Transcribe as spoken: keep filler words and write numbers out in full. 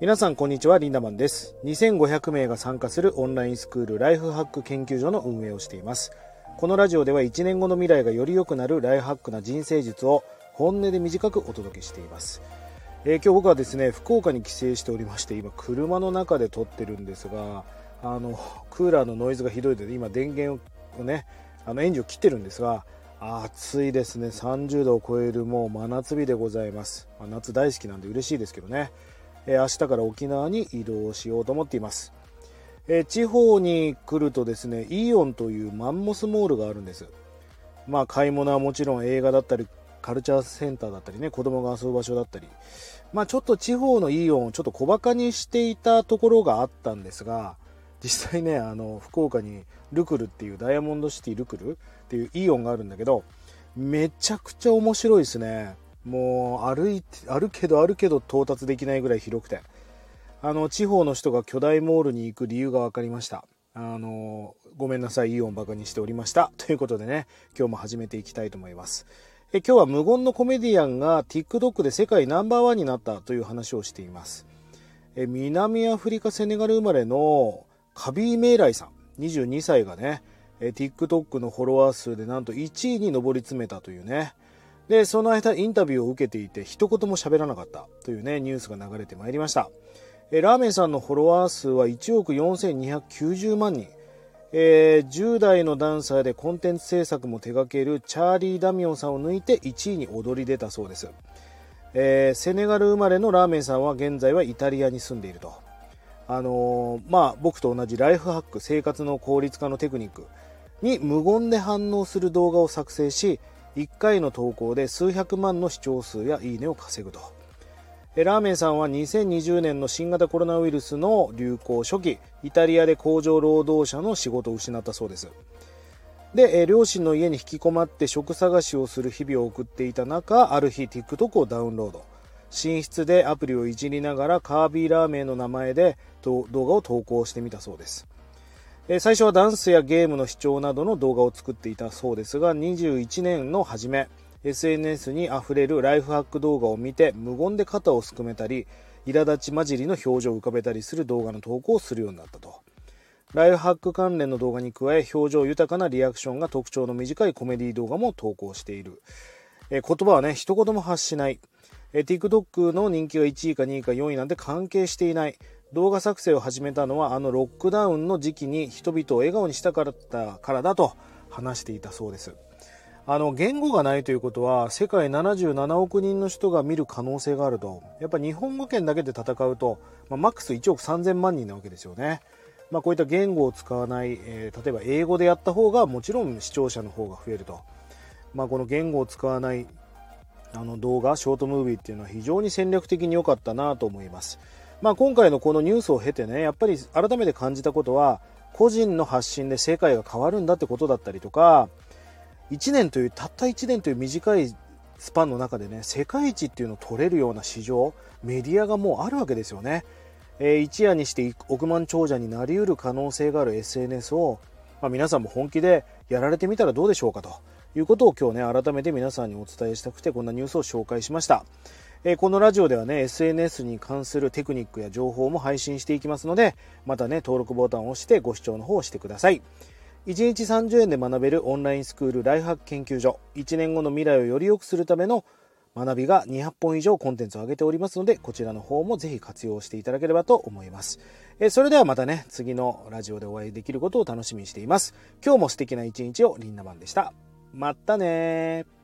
皆さんこんにちは、リンダマンです。にせんごひゃくめいが参加するオンラインスクールライフハック研究所の運営をしています。このラジオではいちねんごの未来がより良くなるライフハックな人生術を本音で短くお届けしています。えー、今日僕はですね、福岡に帰省しておりまして、今車の中で撮ってるんですが、あのクーラーのノイズがひどいので今電源をね、あのエンジンを切ってるんですが、暑いですね。さんじゅうどを超えるもう真夏日でございます。まあ、夏大好きなんで嬉しいですけどね。えー、明日から沖縄に移動しようと思っています。えー、地方に来るとですね、イオンというマンモスモールがあるんです。まあ買い物はもちろん映画だったりカルチャーセンターだったりね、子供が遊ぶ場所だったり、まあちょっと地方のイオンをちょっと小バカにしていたところがあったんですが、実際ね、あの福岡にルクルっていうダイヤモンドシティルクルっていうイオンがあるんだけど、めちゃくちゃ面白いですね。もう歩いて歩けど歩けど到達できないぐらい広くて、あの地方の人が巨大モールに行く理由が分かりました。あのごめんなさい、イオンバカにしておりましたということでね、今日も始めていきたいと思います。え今日は無言のコメディアンが TikTok で世界ナンバーワンになったという話をしています。え南アフリカセネガル生まれのカビー・メイライさんにじゅうにさいがね、え TikTok のフォロワー数でなんといちいに上り詰めたというね。でその間インタビューを受けていて一言も喋らなかったというねニュースが流れてまいりました。えラーメンさんのフォロワー数はいちおくよんせんにひゃくきゅうじゅうまんにん、えー、じゅう代のダンサーでコンテンツ制作も手掛けるチャーリー・ダミオンさんを抜いていちいに躍り出たそうです。えー、セネガル生まれのラーメンさんは現在はイタリアに住んでいると。あのー、まあ僕と同じライフハック、生活の効率化のテクニックに無言で反応する動画を作成し、いっかいの投稿で数百万の視聴数やいいねを稼ぐと。ラーメンさんはにせんにじゅうねんの新型コロナウイルスの流行初期、イタリアで工場労働者の仕事を失ったそうです。で、両親の家に引きこもって職探しをする日々を送っていた中、ある日 TikTok をダウンロード。寝室でアプリをいじりながらカービーラーメンの名前で動画を投稿してみたそうです。最初はダンスやゲームの視聴などの動画を作っていたそうですが、にじゅういちねんの初め、エスエヌエス にあふれるライフハック動画を見て無言で肩をすくめたり、苛立ち混じりの表情を浮かべたりする動画の投稿をするようになったと。ライフハック関連の動画に加え、表情豊かなリアクションが特徴の短いコメディ動画も投稿している。え言葉はね、一言も発しない。え TikTok の人気がいちいかにいかよんいなんて関係していない。動画作成を始めたのはあのロックダウンの時期に人々を笑顔にしたからだからだと話していたそうです。あの言語がないということは世界ななじゅうななおくにんの人が見る可能性があると。やっぱ日本語圏だけで戦うと、まあ、マックスいちおくさんぜんまんにんなわけですよね。まあ、こういった言語を使わない、えー、例えば英語でやった方がもちろん視聴者の方が増えると。まあ、この言語を使わないあの動画ショートムービーっていうのは非常に戦略的に良かったなと思います。まあ、今回のこのニュースを経てね、やっぱり改めて感じたことは、個人の発信で世界が変わるんだってことだったりとか、いちねんというたったいちねんという短いスパンの中でね、世界一っていうのを取れるような市場、メディアがもうあるわけですよね。えー、一夜にして億万長者になりうる可能性がある エスエヌエス を、まあ、皆さんも本気でやられてみたらどうでしょうかということを今日ね、改めて皆さんにお伝えしたくてこんなニュースを紹介しました。えー、このラジオではね エスエヌエス に関するテクニックや情報も配信していきますので、またね登録ボタンを押してご視聴の方をしてください。いちにちさんじゅうえんで学べるオンラインスクールライフハック研究所、いちねんごの未来をより良くするための学びがにひゃっぽん以上コンテンツを上げておりますので、こちらの方もぜひ活用していただければと思います。えー、それではまたね次のラジオでお会いできることを楽しみにしています。今日も素敵な一日を。リンナマンでした。またねー。